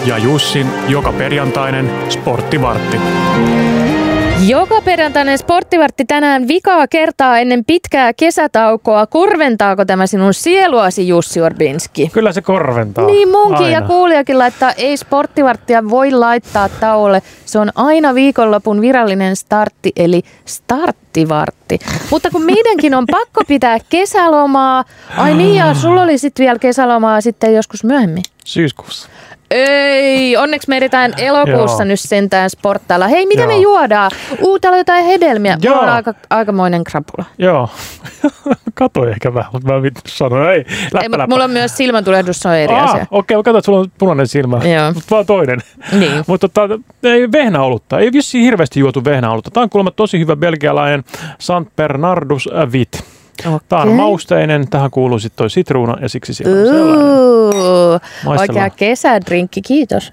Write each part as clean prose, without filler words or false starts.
ja Jussin joka perjantainen sporttivartti. Joka perjantainen sporttivartti tänään vikaa kertaa ennen pitkää kesätaukoa. Kurventaako tämä sinun sieluasi, Jussi Orbinski? Kyllä se korventaa. Niin munkin aina. Ja kuulijakin laittaa, ei sporttivarttia voi laittaa tauolle. Se on aina viikonlopun virallinen startti, eli starttivartti. Mutta kun meidänkin on pakko pitää kesälomaa. Ai niin, ja sulla oli sitten vielä kesälomaa sitten joskus myöhemmin. Syyskuussa. Ei, onneksi me edetään elokuussa Joo. nyt sentään sporttailla. Hei, mitä Joo. me juodaan? Täällä on jotain hedelmiä. Joo. Mulla on aikamoinen krapula. Joo. Katoi ehkä vähän, mutta mä en vittu sanoa. Ei, läppä. Mulla on myös silmäntulehdus, se on eri asia. Okei, katsoin, että sulla on punainen silmä. Joo. Mutta vaan toinen. Niin. Mutta ei vehnäolutta. Ei vissiin hirveästi juotu vehnäolutta. Tämä on kuulemma tosi hyvä belgialainen Sant Bernardus Wit. Okay. Tämä on mausteinen. Tähän kuuluu sitten toi sitruuna ja siksi siellä on sellainen. Maistellaan. Oikea kesädrinkki, kiitos.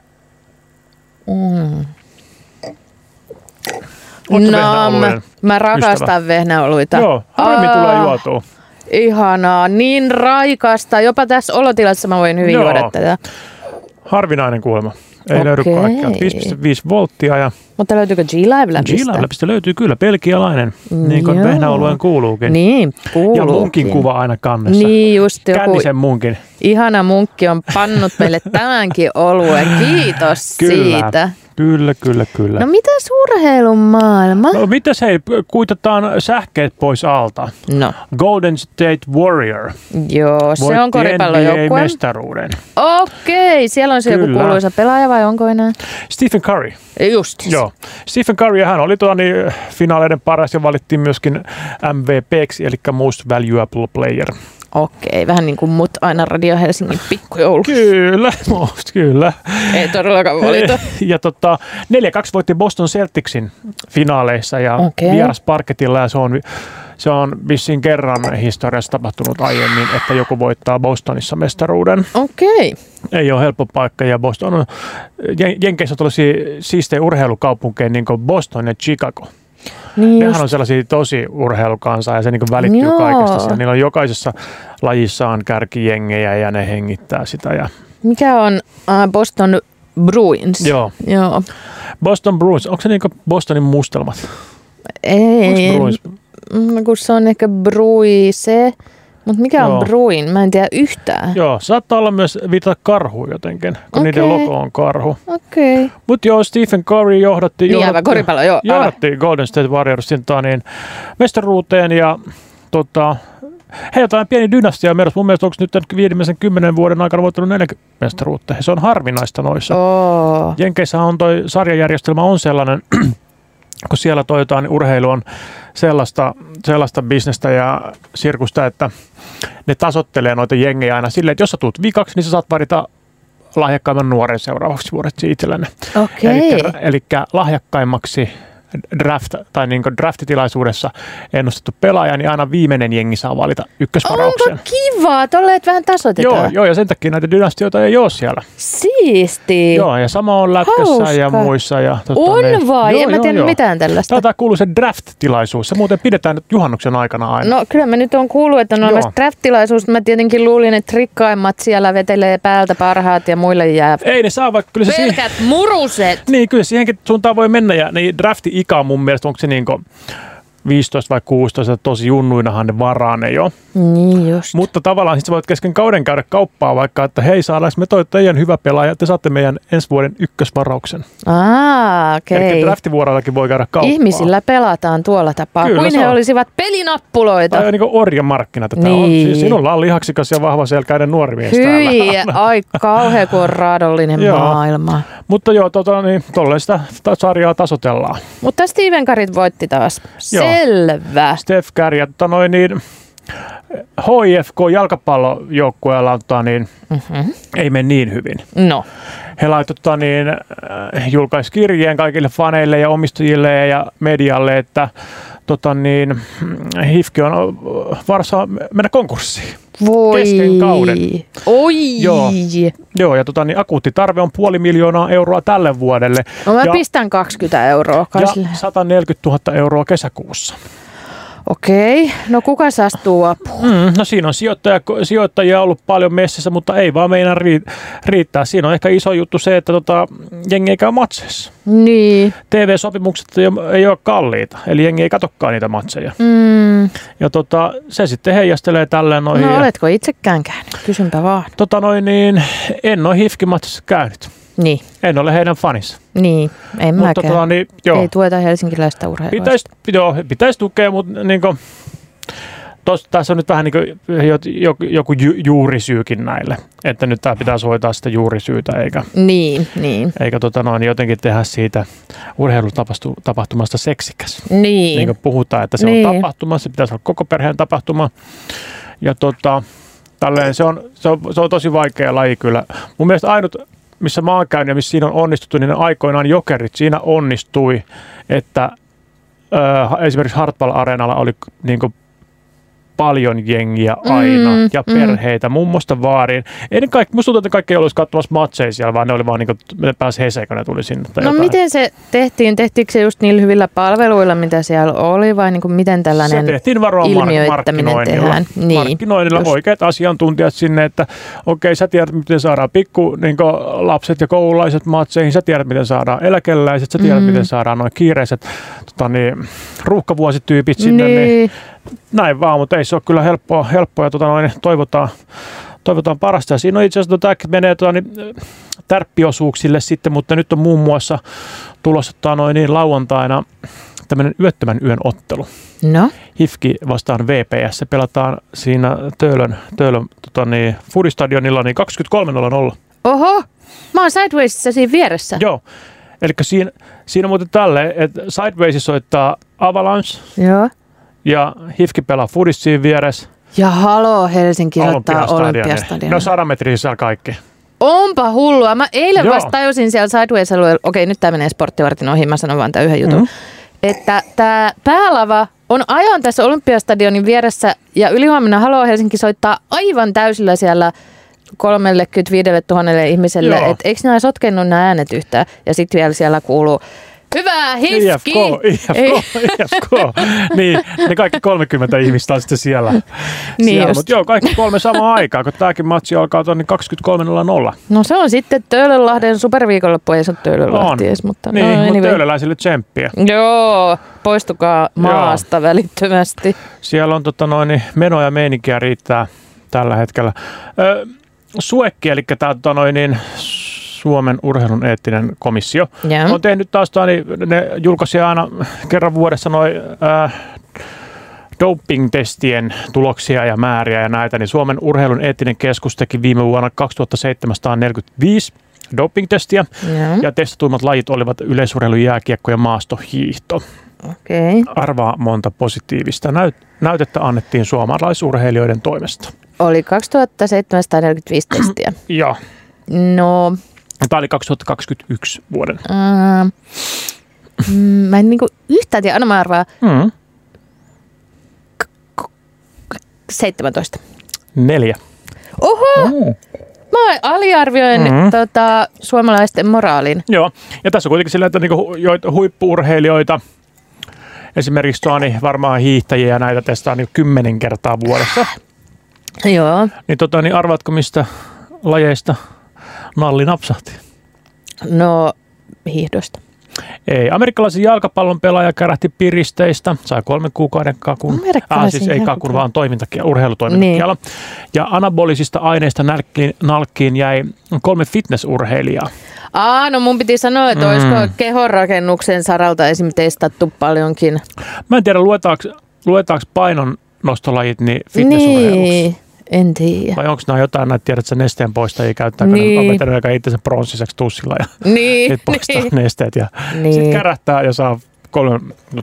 Mä rakastan vehnäoluita. Joo, harvemmin tulee juotua. Ihanaa, niin raikasta. Jopa tässä olotilassa mä voin hyvin juoda tätä. Harvinainen kuulemma. Ei löydy kaikkea. 5,5 volttia. Ja mutta löytyykö G-Live-läpistä? G-Live-läpistä löytyy kyllä belgialainen, niin kuin vehnäolueen kuuluukin. Niin, kuuluukin. Ja munkin kuva aina kannessa. Niin, just joku Kännisen munkin. ihana munkki on pannut meille tämänkin oluen. Kiitos siitä. Kyllä. No mitäs urheilun maailma? No mitäs hei, kuitataan sähkeet pois alta. No. Golden State Warrior. Joo, se on koripallojoukkue. NBA-mestaruuden. Okei, siellä on se joku kuuluisa pelaaja vai onko enää? Stephen Curry. Just. Joo. Stephen Curry, hän oli finaaleiden paras ja valittiin myöskin MVP:ksi, eli Most Valuable Player. Okei, vähän niin kuin mut aina Radio Helsingin pikkujoulu. Kyllä. Ei todellakaan valita. Ja 4-2 voitti Boston Celticsin finaaleissa ja vierasparketilla ja se on vissiin kerran historiassa tapahtunut aiemmin, että joku voittaa Bostonissa mestaruuden. Okei. Ei ole helppo paikka ja Boston on, Jenkeissä on tällaisia siistejä urheilukaupunkeja niin kuin Boston ja Chicago. Niin nehän on sellaisia tosi urheilukansaa ja se niin välittyy kaikesta. Siellä niillä on jokaisessa lajissaan kärkijengejä ja ne hengittää sitä. Ja mikä on Boston Bruins? Joo. Boston Bruins, onko se niin kuin Bostonin mustelmat? Ei, kun se on ehkä Bruise, mutta mikä on Bruin? Mä en tiedä yhtään. Joo, saattaa olla myös viitata karhuun jotenkin, kun niiden logo on karhu. Okei. Mutta joo, Stephen Curry johdatti Golden State Warriorsin mestaruuteen ja he jotain pieni dynastia menossa. Mun mielestä onko nyt viimeisen 10 vuoden aikana voittanut 4 mestaruutta. Se on harvinaista noissa. Jenkeissä on toi sarjajärjestelmä on sellainen, kun siellä urheilu on sellaista bisnestä ja sirkusta, että ne tasoittelee noita jengejä aina silleen, että jos sä tuut vikaksi, niin sä saat varita lahjakkaimman nuoren seuraavaksi vuodeksi itsellenne. Eli lahjakkaimmaksi draftitilaisuudessa ennustettu pelaaja, niin aina viimeinen jengi saa valita ykkösvarauksen. Onko kivaa? Tolleet vähän tasoitetaan. Joo, ja sen takia näitä dynastioita ei ole siellä. Siistiä. Joo, ja sama on lätkässä ja muissa. Ja, on vai? En mä tiedä mitään tällaista. Taitaa kuuluu se draft-tilaisuus. Se muuten pidetään nyt juhannuksen aikana aina. No kyllä mä nyt on kuullut, että on olemassa draft-tilaisuus. Mä tietenkin luulin, että rikkaimmat siellä vetelee päältä parhaat ja muille jää. Ei ne saa vaikka kyllä se pelkät muruset. Niin, kyllä siihenkin suuntaan voi mennä. Ja niin drafti-ikä on mun mielestä, onko se niinku 15 vai 16, tosi junnuinahan ne varaa ne jo. Niin just. Mutta tavallaan sitten voit kesken kauden käydä kauppaa vaikka, että hei, saadaanko me teidän hyvä pelaaja, te saatte meidän ensi vuoden ykkösvarauksen. Okei. Eli draftivuorollakin voi käydä kauppaa. Ihmisillä pelataan tuolla tapaa, kyllä, kuin he olisivat pelinappuloita. Tai niin kuin orjamarkkina tätä on. Siis sinulla on lihaksikas ja vahvaselkäinen nuori mies täällä. Ai kauhea, kun on raadollinen maailma. Mutta joo, tolleen sitä sarjaa tasotellaan. Mutta Stephen Curry voitti taas. Selvä. Steph Curry, HIFK-jalkapallojoukkueella ei mene niin hyvin. No. He julkaisi kirjeen kaikille faneille ja omistajille ja medialle, että HIFK on varassa mennä konkurssiin. Kesken kauden. Oi. Joo, ja akuutti tarve on 500 000 euroa tälle vuodelle. No mä pistän 20 euroa. Ja 140 000 euroa kesäkuussa. Okei, no kuka astuu apuun? No siinä on sijoittajia ollut paljon messissä, mutta ei vaan meinaa riittää. Siinä on ehkä iso juttu se, että jengi ei käy matseissa. Niin. TV-sopimukset ei ole kalliita, eli jengi ei katsokaan niitä matseja. Ja se sitten heijastelee tälleen noihin. No oletko itsekään käynyt? Kysynpä vaan. En ole HIFK-matsissa käynyt. Niin. En ole heidän fanissa. Niin, en mäkään. Joo. Ei tueta helsinkiläistä urheilua. Pitäisi tukea, mutta niinku, tässä on nyt vähän niin joku juurisyykin näille. Että nyt tämä pitäisi hoitaa sitä juurisyytä, eikä jotenkin tehdä siitä urheilutapahtumasta seksikäs. Niin kuin puhutaan, että se on tapahtuma, se pitäisi olla koko perheen tapahtuma. Ja tälleen se on tosi vaikea laji kyllä. Mun mielestä ainut, missä mä oon käynyt ja missä siinä on onnistuttu, niin aikoinaan Jokerit siinä onnistui, että esimerkiksi Hartwall-areenalla oli niinku paljon jengiä aina ja perheitä, mummosta vaariin. Musta tuntuu, että kaikki ei olisi katsomassa matseja siellä, vaan ne oli vaan niinku, ne pääsi heseen, kun ne tuli sinne. No jotain. Miten se tehtiin? Tehtiinkö se just niillä hyvillä palveluilla, mitä siellä oli, vai niinku miten tällainen ilmiöittäminen tehdään? Markkinoinnilla oikeat asiantuntijat sinne, että okei, sä tiedät, miten saadaan niinku lapset ja koululaiset matseihin, sä tiedät, miten saadaan eläkeläiset, sä tiedät, miten saadaan noin kiireiset ruuhkavuosityypit sinne, niin näin vaan, mutta ei se ole kyllä helppoa ja toivotaan parasta. Ja siinä on itse asiassa tämäkin menee tärppiosuuksille sitten, mutta nyt on muun muassa tulossa lauantaina tämmöinen yöttömän yön ottelu. No? HIFK vastaan VPS. Se pelataan siinä Töölön Foodistadionilla niin 23.00. Oho! Mä oon Sidewaysissa siinä vieressä. Joo. Eli siinä on muuten tälleen, että Sidewaysissa soittaa Avalanche. Joo. Ja HIFK pelaa Foodista siinä vieressä. Ja haloo, Helsinki ottaa Olympiastadionia. No 100 metriä siellä kaikki. Onpa hullua. Mä eilen vasta tajusin siellä Sideways-alueella, okei nyt tää menee sporttivartin ohi, mä sanon vaan tämän yhden jutun, että tää päälava on ajan tässä Olympiastadionin vieressä ja ylihuomenna Haloo Helsinki soittaa aivan täysillä siellä 35 000 ihmiselle, että eikö nämä sotkennut nämä äänet yhtään ja sitten vielä siellä kuuluu hyvää HIFK! IFK. Niin, ne kaikki 30 ihmistä on sitten siellä. Mutta joo, kaikki 3 samaan aikaan, kun tämäkin matsi alkaa tuonne 23.00. No se on sitten Töölönlahden superviikonloppu, ei se ole Töölönlahti edes, mutta niin, mutta töölöläisille tsemppiä. Joo, poistukaa maasta välittömästi. Siellä on menoja ja meininkiä riittää tällä hetkellä. SUEKki, eli tämä Suomen urheilun eettinen komissio on tehnyt taas, ne julkaisi aina kerran vuodessa doping-testien tuloksia ja määriä ja näitä, niin Suomen urheilun eettinen keskus teki viime vuonna 2745 doping-testiä ja testatuimmat lajit olivat yleisurheilu, jääkiekko ja maastohiihto. Okay. Arvaa monta positiivista näytettä annettiin suomalaisurheilijoiden toimesta. Oli 2745 testiä. Joo. No. Tämä oli 2021 vuoden. Mä en yhtään tiedä, anna mä arvaa. 17. 4. Oho! Mä aliarvioin suomalaisten moraalin. Joo, ja tässä on kuitenkin sillä, että huippu-urheilijoita, esimerkiksi varmaan hiihtäjiä ja näitä testaa 10 kertaa vuodessa. Joo. Niin arvaatko mistä lajeista nalli napsahti? No, hiihdosta. Ei. Amerikkalaisen jalkapallon pelaaja kärähti piristeistä, sai 3 kuukauden kakun. Siis ei kakun, vaan urheilutoimintakielo. Niin. Ja anabolisista aineista nalkkiin jäi 3 fitnessurheilijaa. No mun piti sanoa, että olisiko kehonrakennuksen saralta esimerkiksi testattu paljonkin. Mä en tiedä, luetaanko painonnostolajit niin fitnessurheiluksi? Niin. En tiedä. Vai onko nämä jotain, näitä tiedät, että nesteen poistajia käyttää, kun ne on vetänyt aika itsensä pronssiseksi tussilla ja poistaa nesteet ja sitten kärähtää ja saa 3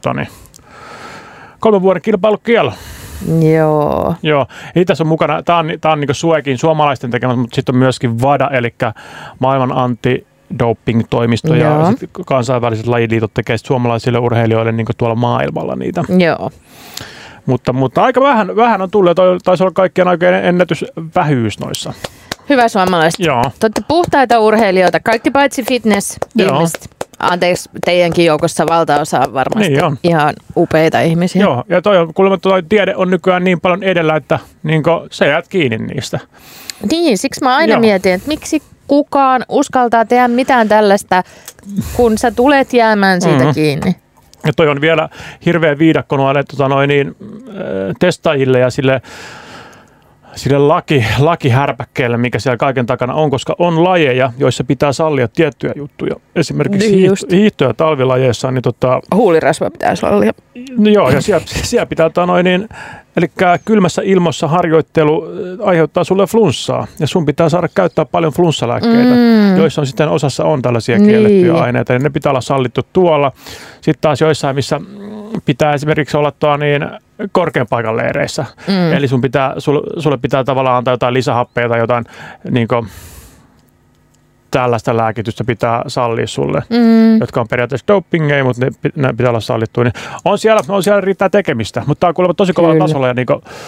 vuoden kilpailukielo. Joo. Joo. Ja tässä on mukana, tämä on niin SUEKin suomalaisten tekemät, mutta sitten on myöskin VADA, eli maailman antidoping-toimisto ja kansainväliset lajiliitot tekee suomalaisille urheilijoille niin tuolla maailmalla niitä. Joo. Mutta aika vähän on tullut. Taisi olla kaikkien oikein ennätysvähyys noissa. Hyvä suomalaiset. Joo. Te olette puhtaita urheilijoita. Kaikki paitsi fitness-ihmiset. Anteeksi, teidänkin joukossa valtaosa on varmasti niin on. Ihan upeita ihmisiä. Joo, ja kuulemma tiede on nykyään niin paljon edellä, että niin sä jäät kiinni niistä. Niin, siksi mä aina mietin, että miksi kukaan uskaltaa tehdä mitään tällaista, kun sä tulet jäämään siitä kiinni. Ja toi on vielä hirveä viidakko noille testaajille ja sille lakihärpäkkeelle, mikä siellä kaiken takana on, koska on lajeja, joissa pitää sallia tiettyjä juttuja. Esimerkiksi hiihto- ja talvilajeissa. Niin huulirasva pitää sallia. Joo, ja siellä pitää eli kylmässä ilmassa harjoittelu aiheuttaa sulle flunssaa, ja sun pitää saada käyttää paljon flunssalääkkeitä, joissa on sitten osassa on tällaisia kiellettyjä aineita, ja ne pitää olla sallittu tuolla. Sitten taas joissain, missä pitää esimerkiksi olla korkean paikan leireissä. Eli sulle pitää tavallaan antaa jotain lisähappeja tai jotain tällaista lääkitystä pitää sallia sulle, jotka on periaatteessa dopingeja, mutta ne pitää olla sallittuja. Niin on siellä riittää tekemistä, mutta tämä on kuulemma tosi kovalla tasolla ja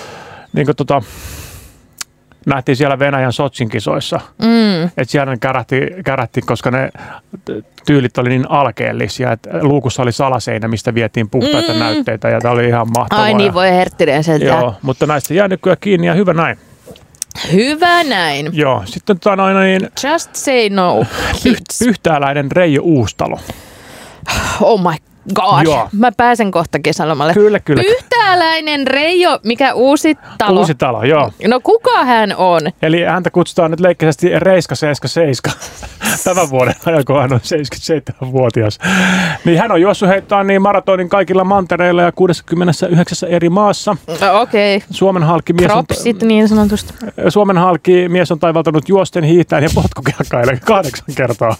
nähtiin siellä Venäjän Sotsin kisoissa, että siellä ne kärähti, koska ne tyylit oli niin alkeellisia, että luukussa oli salaseinä, mistä vietiin puhtaita näytteitä ja tämä oli ihan mahtavaa. Ai niin, voi herttinen sieltä. Joo, mutta näistä jää nykyään kiinni ja hyvä näin. Hyvä näin. Joo, sitten Just say no, kids. Pyhtääläinen Reijo Uustalo. Oh my god. Joo. Mä pääsen kohta kesälomalle. Kyllä. Pyhtääläinen Reijo, mikä uusi talo? Uusi talo, joo. No kuka hän on? Eli häntä kutsutaan nyt leikkisästi Reiska 77 tämän vuoden ajan, kun hän on 77-vuotias. Niin hän on juossut heittää maratonin kaikilla mantereilla ja 69 eri maassa. Okei. Suomen Propsit niin sanotusti. Suomen halkimies on taivaltanut juosten, hiihtäen ja potkukelkailemaan 8 kertaa.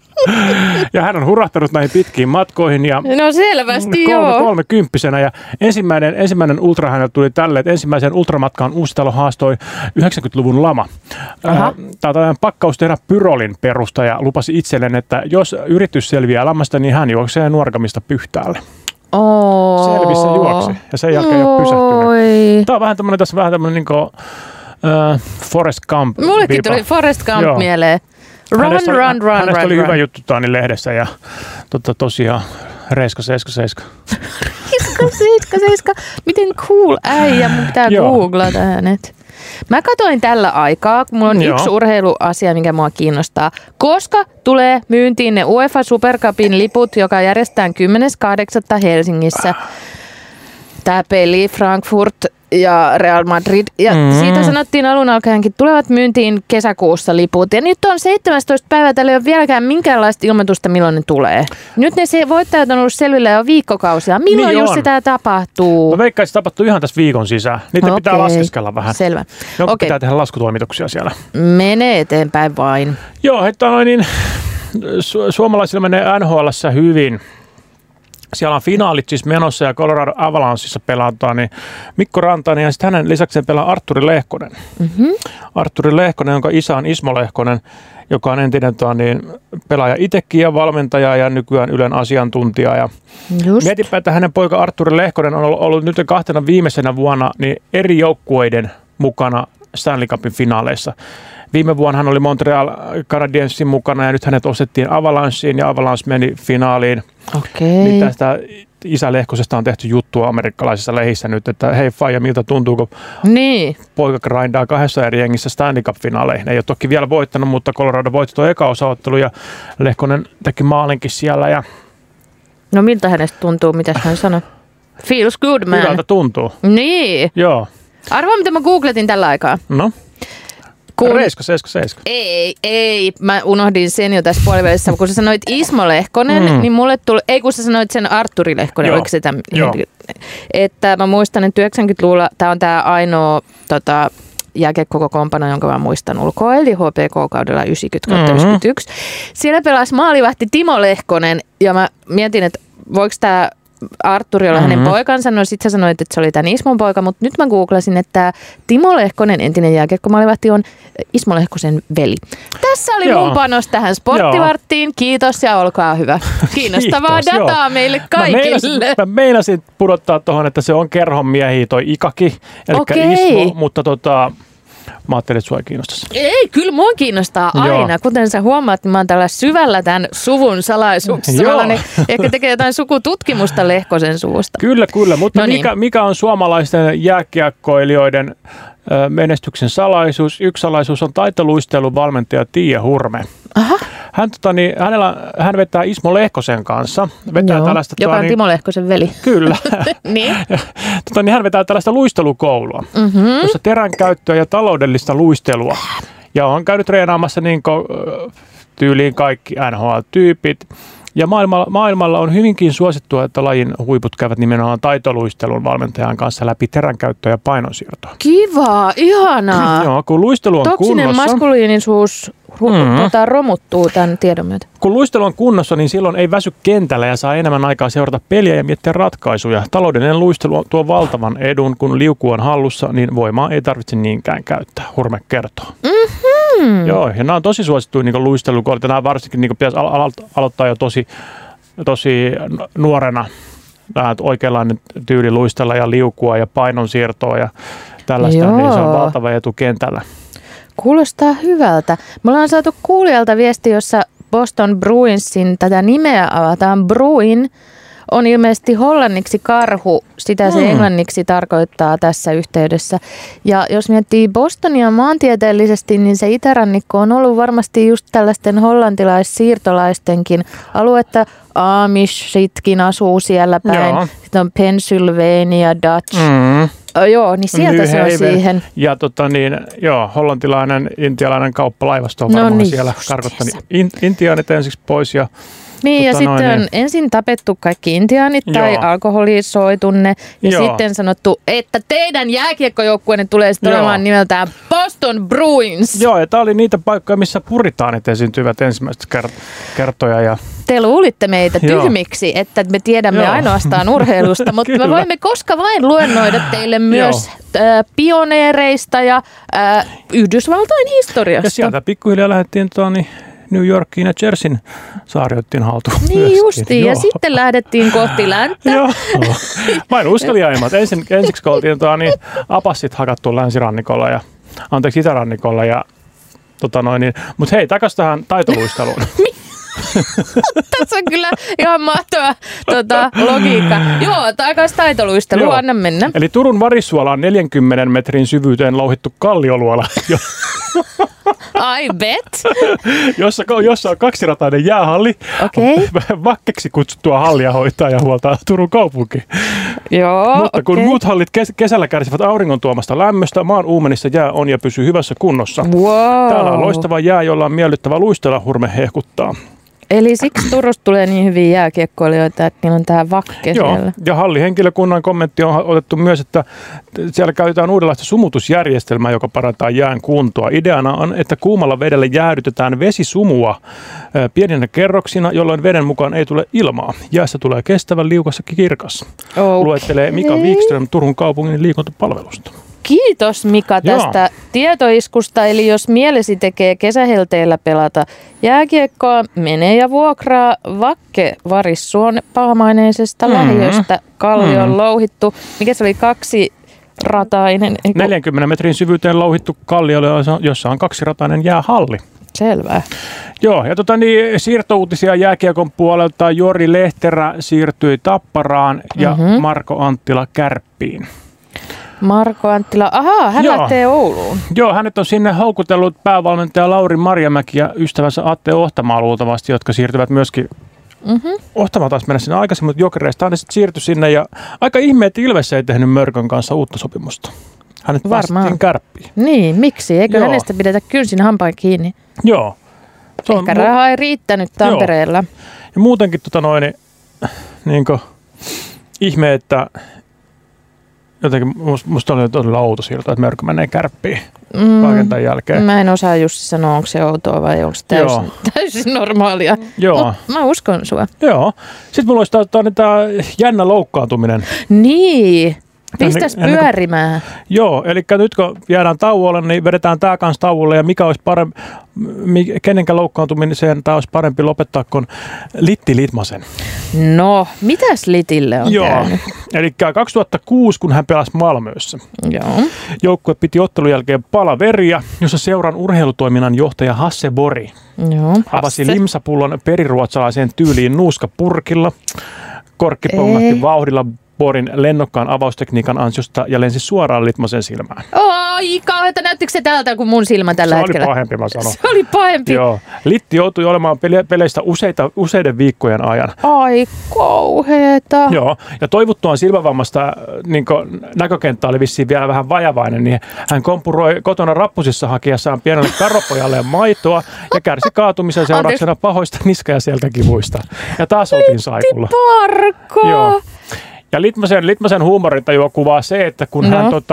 Ja hän on hurahtanut näihin pitkiin matkoihin. Ja no selvästi joo. 30-vuotiaana ja ensimmäinen ultra hänellä tuli tälle, että ensimmäiseen ultramatkaan Uusitalo haastoi 90-luvun lama. Tämä on pakkaus tehdä pyrolin perustaja lupasi itselleen, että jos yritys selviää lamasta, niin hän juoksee Nuorgamista Pyhtäälle. Selvissä juoksi ja sen jälkeen ei ole pysähtynyt. Tämä on vähän tämmöinen niin kuin Forrest Gump. Mullekin tuli Forrest Gump mieleen. Run. Hänestä oli hyvä juttu lehdessä ja tosiaan Reiska 77. Reiska 77. Miten cool äijä, mun pitää googlata hänet. Mä katsoin tällä aikaa, kun mulla on yksi urheiluasia, mikä mua kiinnostaa. Koska tulee myyntiin ne UEFA Super Cupin liput, joka järjestetään 10.8. Helsingissä. Tää peli Frankfurt ja Real Madrid. Ja siitä sanottiin alun alkaenkin, tulevat myyntiin kesäkuussa liput. Ja nyt on 17. päivä, täällä ei ole vieläkään minkäänlaista ilmoitusta, milloin ne tulee. Nyt ne voittajat on ollut selvillä jo viikkokausia. Milloin niin Jussi tämä tapahtuu? Mä veikkaan, että se tapahtuu ihan tässä viikon sisään. Niitä pitää laskeskella vähän. Selvä. Pitää tehdä laskutoimituksia siellä. Menee eteenpäin vain. Joo, että suomalaisilla menee NHL:ssä hyvin. Siellä on finaalit siis menossa ja Colorado Avalanchessa pelataan, niin Mikko Rantanen ja sitten hänen lisäkseen pelaa Artturi Lehkonen. Artturi Lehkonen, jonka isä on Ismo Lehkonen, joka on entinen pelaaja itsekin ja valmentaja ja nykyään Ylen asiantuntija. Ja mietipä, että hänen poika Artturi Lehkonen on ollut nyt 2 viimeisenä vuonna niin eri joukkueiden mukana Stanley Cupin finaaleissa. Viime vuonna hän oli Montreal Canadiensin mukana ja nyt hänet ostettiin Avalancheen ja Avalanche meni finaaliin. Niin tästä isä Lehkosesta on tehty juttua amerikkalaisissa lehissä nyt, että hei faija, miltä tuntuu, kun poika grindaa 2 eri jengissä Stanley Cup-finaaleihin. Ei ole toki vielä voittanut, mutta Colorado voitti tuo eka osaottelu ja Lehkonen teki maalinkin siellä. Ja no miltä hänestä tuntuu, mitä hän sanoi? Feels good, man. Hyvältä tuntuu. Niin. Joo. Arvaa, mitä mä googletin tällä aikaa. No. Reiska 77. Ei. Mä unohdin sen jo tässä puolivälissä. Kun sä sanoit Ismo Lehkonen, niin mulle tuli... Ei, kun sä sanoit sen Artturi Lehkonen. Oliko sitä? Että mä muistan, että 90-luvulla tää on tää ainoa jääkiekko-kompano, jonka mä muistan ulkoa, eli HPK-kaudella 90-91. Siellä pelasi maalivahti Timo Lehkonen, ja mä mietin, että voiko tää Artturi olla hänen poikansa, no sit sä sanoit, että se oli tämän Ismon poika, mutta nyt mä googlasin, että Timo Lehkonen, entinen jääkiekkomaalivahti, on Ismo Lehkosen veli. Tässä oli mun panos tähän sporttivarttiin. Kiitos ja olkaa hyvä. Kiinnostavaa dataa meille kaikille. Mä meinasin pudottaa tuohon, että se on kerhon miehiä toi Ikaki, eli Ismo, mutta Mä ajattelin, että sua ei kiinnostaisi. Ei, kyllä mua kiinnostaa aina. Kuten sä huomaat, niin mä oon tällä syvällä tämän suvun salaisuuksissa. Ehkä tekee jotain sukututkimusta Lehkosen suvusta. Kyllä. Mutta mikä on suomalaisten jääkiekkoilijoiden menestyksen salaisuus? Yksi salaisuus on taitoluistelun valmentaja Tiia Hurme. Aha. Hän vetää Ismo Lehkosen kanssa. Joka on Timo Lehkosen veli. Kyllä. Niin. Hän vetää tällaista luistelukoulua, jossa teränkäyttöä ja taloudellista luistelua. Ja on käynyt treenaamassa tyyliin kaikki NHL-tyypit. Ja maailmalla on hyvinkin suosittua, että lajin huiput käyvät nimenomaan taitoluistelun valmentajan kanssa läpi teränkäyttöä ja painonsiirtoa. Kivaa, ihanaa. Joo, kun luistelu on toksinen kunnossa. maskuliinisuus romuttuu tämän tiedon myötä. Kun luistelu on kunnossa, niin silloin ei väsy kentällä ja saa enemmän aikaa seurata peliä ja miettiä ratkaisuja. Taloudellinen luistelu tuo valtavan edun, kun liuku on hallussa, niin voimaa ei tarvitse niinkään käyttää, Hurme kertoo. Joo, ja nämä on tosi suosittuja niin luistelukoulut. Nämä varsinkin niin pitäisi aloittaa jo tosi nuorena. Oikeanlainen tyyli luistella ja liukua ja painonsiirtoa ja tällaista, niin se on valtava etu kentällä. Kuulostaa hyvältä. Me ollaan saatu kuulijalta viesti, jossa Boston Bruinsin tätä nimeä avataan. Bruin on ilmeisesti hollanniksi karhu, sitä se englanniksi tarkoittaa tässä yhteydessä. Ja jos miettii Bostonia maantieteellisesti, niin se itärannikko on ollut varmasti just tällaisten hollantilais-siirtolaistenkin aluetta. Amishitkin asuu siellä päin. Joo. Sitten on Pennsylvania Dutch. Joo, niin sieltä se on siihen. Ja hollantilainen, intialainen kauppalaivasto on varmaan siellä karkottanut intiaanit ensiksi pois. Niin, ja sitten on ensin tapettu kaikki intiaanit tai alkoholisoitu ne. Ja sitten sanottu, että teidän jääkiekkojoukkueenne tulee sitten olemaan nimeltään Boston Bruins. Joo, ja tämä oli niitä paikkoja, missä puritaanit esiintyivät ensimmäistä kertoja. Te luulitte meitä tyhmiksi, että me tiedämme ainoastaan urheilusta, mutta me voimme koska vain luennoida teille myös pioneereista ja Yhdysvaltain historiasta. Ja sieltä pikkuhiljaa lähdettiin New Yorkiin ja Jerseyn saarioittiin haltuun. Niin justiin, ja sitten lähdettiin kohti länttä. Joo. Mä en uskaliaimmat. Ensiksi oltiin apassit hakattu länsirannikolla itärannikolla mutta hei, takaisin tähän taitoluisteluun. Tässä on kyllä ihan mahtava logiikka. Joo, takaisin taitoluistelu, anna mennä. Eli Turun Varissuola on 40 metrin syvyyteen louhittu kallioluola. I bet. Jossa on kaksiratainen jäähalli. Vakkeksi kutsuttua hallia hoitaa ja huoltaa Turun kaupunki. Joo, mutta kun muut hallit kesällä kärsivät auringon tuomasta lämmöstä, maan uumenissa jää on ja pysyy hyvässä kunnossa. Wow. Täällä on loistava jää, jolla on miellyttävä luistella, Hurme hehkuttaa. Eli siksi Turusta tulee niin hyviä jääkiekkoilijoita, että niillä on tämä vakke siellä. Ja hallihenkilökunnan kommentti on otettu myös, että siellä käytetään uudenlaista sumutusjärjestelmää, joka parantaa jään kuntoa. Ideana on, että kuumalla vedellä jäädytetään vesisumua pieninä kerroksina, jolloin veden mukaan ei tule ilmaa. Jäässä tulee kestävän liukas ja kirkas. Luettelee Mika Wikström Turun kaupungin liikuntapalvelusta. Kiitos Mika tästä tietoiskusta. Eli jos mielesi tekee kesähelteillä pelata jääkiekkoa, mene ja vuokraa Vakke Varissuon paamaineisesta lähiöstä. Kallion louhittu. Mikä se oli 2-ratainen? 40 metrin syvyyteen louhittu kallio, jossa on 2-ratainen jäähalli. Selvä. Joo, ja siirtouutisia jääkiekon puolelta. Jori Lehterä siirtyi Tapparaan ja Marko Anttila Kärppiin. Marko Anttila, hän lähtee Ouluun. Joo, hänet on sinne houkutellut päävalmentaja Lauri Marjamäki ja ystävänsä Atte Ohtamaa luultavasti, jotka siirtyvät myöskin. Ohtamaa taas mennä sinne aikaisemmin, mutta Jokereista ne sitten siirtyi sinne. Ja aika ihme, että Ilves ei tehnyt Mörkön kanssa uutta sopimusta. Hänet päästettiin Kärppiin. Niin, miksi? Eikö hänestä pidetä kynsin hampain kiinni? Joo. Ehkä rahaa ei riittänyt Tampereella. Joo. Ja muutenkin ihme, että jotenkin musta oli todella outo siirto, että Mörkö menee Kärppiin kaiken tämän jälkeen. Mä en osaa just sanoa, onko se outoa vai onko se täysin normaalia. Joo. Mä uskon sua. Joo. Sitten mulla olisi tämä jännä loukkaantuminen. Niin. Pistäs pyörimään. Joo, eli nyt kun jäädään tauolle, niin vedetään tämä kanssa tauolle. Ja mikä olisi parempi, kenenkä loukkaantumiseen tämä olisi parempi lopettaa kuin Litti Litmasen. No, mitäs Litille on käynyt? Eli 2006, kun hän pelasi Malmössä. Joo. Joukkue piti ottelun jälkeen palaveria, jossa seuran urheilutoiminnan johtaja Hasse Bori avasi limsapullon periruotsalaiseen tyyliin nuuskapurkilla. Korkki pongahti vauhdilla Borin lennokkaan avaustekniikan ansiosta ja lensi suoraan Litmasen silmään. Oi, kauheeta. Näyttikö se tältä kuin mun silmä tällä hetkellä? Se oli pahempi, mä sanon. Se oli pahempi. Joo. Litti joutui olemaan peleistä useiden viikkojen ajan. Ai, kauheeta. Joo, ja toivuttuaan silmävammasta niin näkökenttä oli vissiin vielä vähän vajavainen, niin hän kompuroi kotona rappusissa hakiessaan pienelle karropojalle maitoa ja kärsi kaatumisen seurauksena pahoista niska- ja selkäkivuista. Ja taas oltiin saikulla. Parko! Joo. Ja Litmasen huumorintajua kuvaa se, että kun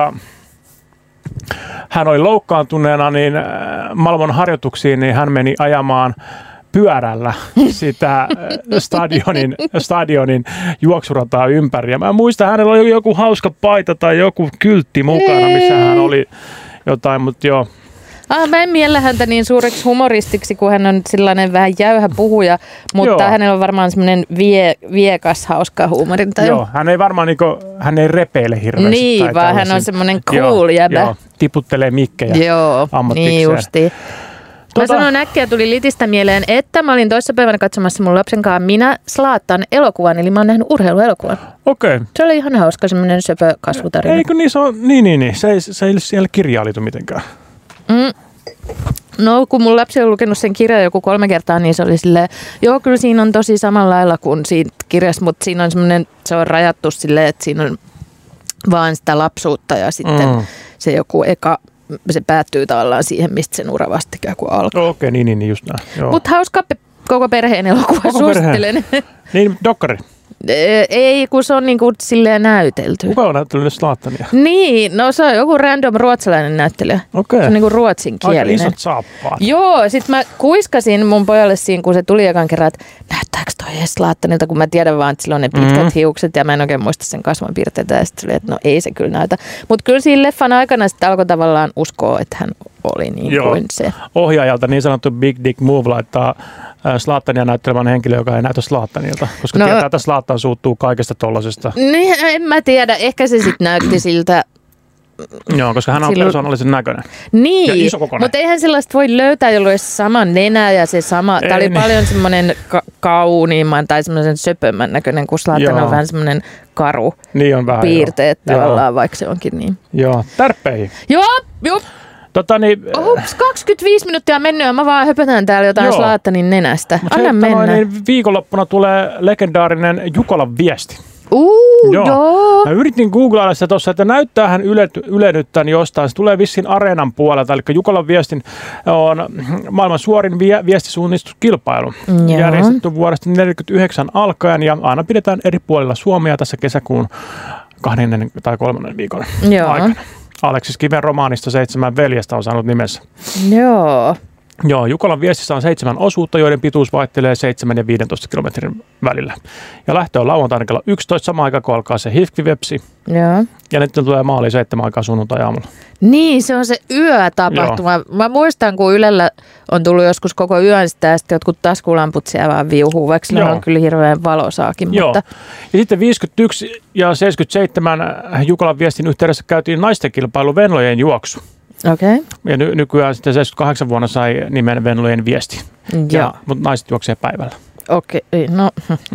hän oli loukkaantuneena niin Malmon harjoituksiin, niin hän meni ajamaan pyörällä sitä stadionin juoksurataa ympäri. Ja mä muistan, hänellä oli joku hauska paita tai joku kyltti mukana, missä hän oli jotain, mutta joo. Mä en miellä häntä niin suureksi humoristiksi, kun hän on sellainen vähän jäyhä puhuja, mutta hänellä on varmaan semmoinen viekas, hauska huumorintaju. Joo, hän ei varmaan hän ei repeile hirveästi. Niin, vaan hän on semmoinen cool jäbä. Joo, tiputtelee mikkejä ammattikseen. Niin justiin. Mä sanoin äkkiä, tuli Litistä mieleen, että mä olin toissapäivänä katsomassa mun lapsen kanssa Zlatan elokuvan, eli mä oon nähnyt urheiluelokuvan. Okei. Se oli ihan hauska, semmoinen söpö kasvutarina. Eikö niin se on? Niin. Se ei siellä kirjailitu mitenkään. No, kun mun lapsi on lukenut sen kirjan joku 3 kertaa, niin se oli silleen, joo, kyllä siinä on tosi samalla lailla kuin siinä kirjassa, mutta siinä on semmoinen, se on rajattu silleen, että siinä on vaan sitä lapsuutta ja sitten se joku se päättyy tavallaan siihen, mistä sen ura vastikään kun alkaa. Okei, niin, just näin. Mutta hauska koko perheen elokuva, suosittelen. Niin, dokkari. Ei, kun se on niin kuin silleen näytelty. Kuka on näytellyt Zlatania? Niin, no se on joku random ruotsalainen näyttelijä. Okei. Se on niin kuin ruotsinkielinen. Aika isot saappaat. Joo, sit mä kuiskasin mun pojalle siinä, kun se tuli ekan kerran, että näyttääkö toi edes Zlatanilta, kun mä tiedän vaan, että sillä on ne pitkät hiukset ja mä en oikein muista sen kasvonpiirteitä. Ja sitten että no ei se kyllä näytä. Mutta kyllä siinä leffan aikana sitten alkoi tavallaan uskoa, että hän oli niin kuin se. Ohjaajalta niin sanottu Big Dick Move laittaa Zlatania näyttelemään henkilö, joka ei näytä Zlatanilta, koska tietää, että Zlatan suuttuu kaikesta tollasesta. Niin, en mä tiedä. Ehkä se sitten näytti siltä. Joo, koska hän on persoonallisen näköinen. Niin, mutta eihän sellaista voi löytää, jolloin olisi sama nenä ja se sama. Tämä oli paljon semmoinen kauniimman tai semmoisen söpömmän näköinen, kun Zlatan on vähän semmoinen karu piirteet tavallaan, vaikka se onkin niin. Joo, tärppeihin. Joo. 25 minuuttia mennyt ja mä vaan höpötän täällä jotain Zlatanin nenästä. Anna mennä. Viikonloppuna tulee legendaarinen Jukolan viesti. Joo. Mä yritin googlailla sitä tuossa, että näyttää hän ylennyt tämän jostain. Se tulee vissiin Areenan puolelta, eli Jukolan viestin on maailman suorin viestisuunnistuskilpailu. Järjestetty vuodesta 1949 alkaen ja aina pidetään eri puolilla Suomea tässä kesäkuun 2. tai 3. viikon aikana. Aleksis Kiven romaanista 7 veljestä on saanut nimensä. Joo, Jukolan viestissä on 7 osuutta, joiden pituus vaihtelee 7 ja 15 kilometrin välillä. Ja lähtö on lauantaina kello 11, sama aika kun alkaa se HIFK-vepsi. Joo. Ja nyt tulee maaliin 7 aikaa sunnuntai-aamulla. Niin, se on se yötapahtuma. Joo. Mä muistan, kun Ylellä on tullut joskus koko yön sitä, ja sitten jotkut taskulamput siellä vaan viuhuu, vaikka sillä on kyllä hirveän valosaakin. Joo. Mutta ja sitten 51 ja 77 Jukolan viestin yhteydessä käytiin naisten kilpailu Venlojen juoksu. Okay. Ja nykyään sitten 78 vuonna sai nimen Venlojen viesti. Mutta naiset juoksee päivällä. Okei, no.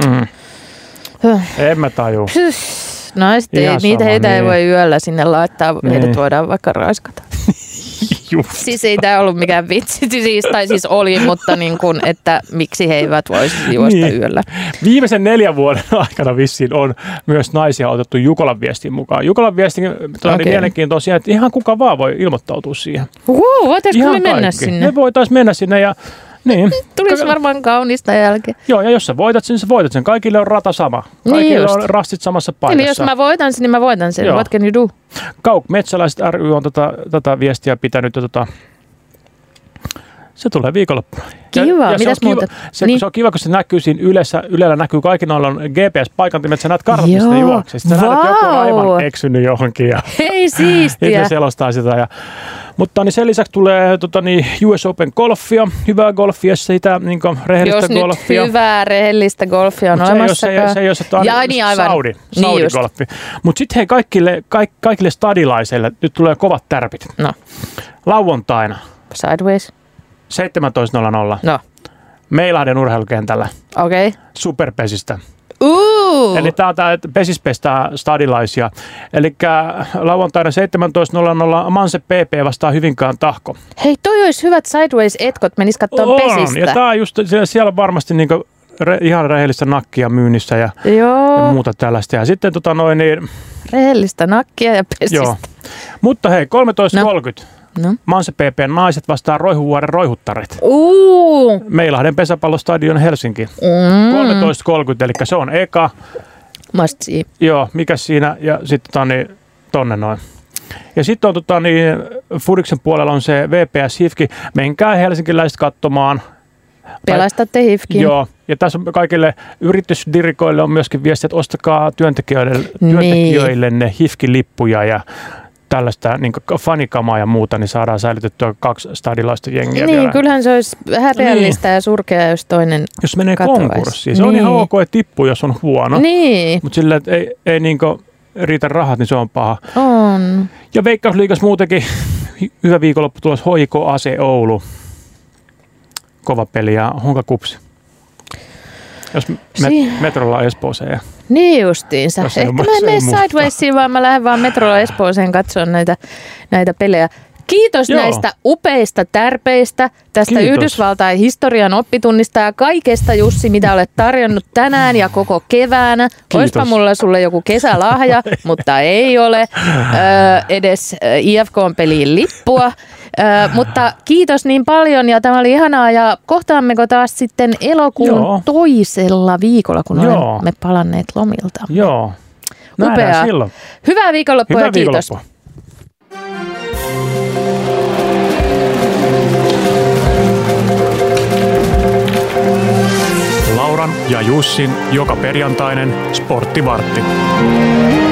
En mä tajuu. Naiset heitä ei voi yöllä sinne laittaa, heidät voidaan vaikka raiskata. Siis ei tämä ollut mikään vitsi, siis oli, mutta niin kuin, että miksi he eivät voisi juosta yöllä. Viimeisen 4 vuoden aikana vissiin on myös naisia otettu Jukolan viestin mukaan. Jukolan viestin oli mielenkiintoisia, että ihan kuka vaan voi ilmoittautua siihen. Voitaisiinko me mennä sinne? Me voitaisiin mennä sinne ja niin. Tulisi varmaan kaunista jälkeen. Joo, ja jos sä voitat sen. Kaikille on rata sama. Kaikille on rastit samassa paikassa. Eli jos mä voitan sen, niin mä voitan sen. What can you do? Kauk Metsäläiset ry on tätä viestiä pitänyt Se tulee viikonloppuna. Kiva, mitäs muuta? Se on kiva, kun se näkyy siinä Ylellä näkyy kaikilla noilla on GPS-paikantimet, sä näet kartat, mistä juoksee. Sitten sä näet, että joku on aivan eksynyt johonkin. Ja hei, siistiä. Se selostaa sitä. Mutta niin sen lisäksi tulee US Open golfia, hyvää golfia, sitä niin rehellistä golfia. Jos nyt hyvää rehellistä golfia on olemassakaan. Se ei ole se Saudi-golfi. Mutta sitten hei, kaikille stadilaisille nyt tulee kovat tärpit. No. Lauantaina. Sideways. 17.00. No. Meilahden urheilukentällä. Okei. Okay. Superpesistä. Eli tää Pesis pestää stadilaisia. Eli lauantaina 17.00 Manse PP vastaa Hyvinkään Tahko. Hei, toi olisi hyvät Sideways-etkot, menis katsomaan Pesistä. Ja tää on just, siellä on varmasti niinku ihan rehellistä nakkia myynnissä ja muuta tällaista. Ja sitten rehellistä nakkia ja Pesistä. Joo. Mutta hei, 13.30. No. Manse PP:n naiset vastaa Roihuvuoren roihuttaret. Meilahden pesäpallostadion Helsinki. 13.30, eli se on eka. Must see. Joo, mikä siinä, ja sitten tonne noin. Ja sitten on Fudiksen puolella on se VPS HIFK. Menkää helsinkiläiset katsomaan. Pelastatte HIFKin. Joo, ja tässä on kaikille yritysdirikoille on myöskin viesti, että ostakaa työntekijöille ne HIFK-lippuja ja tällaista niin fanikamaa ja muuta, niin saadaan säilytettyä 2 stadilaista jengiä niin, vielä. Kyllähän se olisi häpeällistä ja surkea, jos toinen jos menee konkurssiin. Se on ihan ok, että tippuu, jos on huono. Niin. Mutta sillä, että ei riitä rahat, niin se on paha. On. Ja Veikkausliigassa muutenkin hyvä viikonloppu tulossa HJK AC Oulu. Kova peli ja Honka Kupsi. Jos metrolla Espooseen. Niin justiinsa. Ehkä mä en mene Sidewaysiin, vaan mä lähden vaan metrolla Espooseen katsomaan näitä pelejä. Kiitos näistä upeista tärpeistä, tästä Yhdysvaltain historian oppitunnista ja kaikesta, Jussi, mitä olet tarjonnut tänään ja koko keväänä. Oispa mulla sulle joku kesälahja, mutta ei ole edes IFK-peliin lippua. Mutta kiitos niin paljon ja tämä oli ihanaa ja kohtaammeko taas sitten elokuun toisella viikolla, kun olemme palanneet lomilta. Joo, upeaa. Silloin. Hyvää viikonloppua ja kiitos. Lauran ja Jussin joka perjantainen Sporttivartti.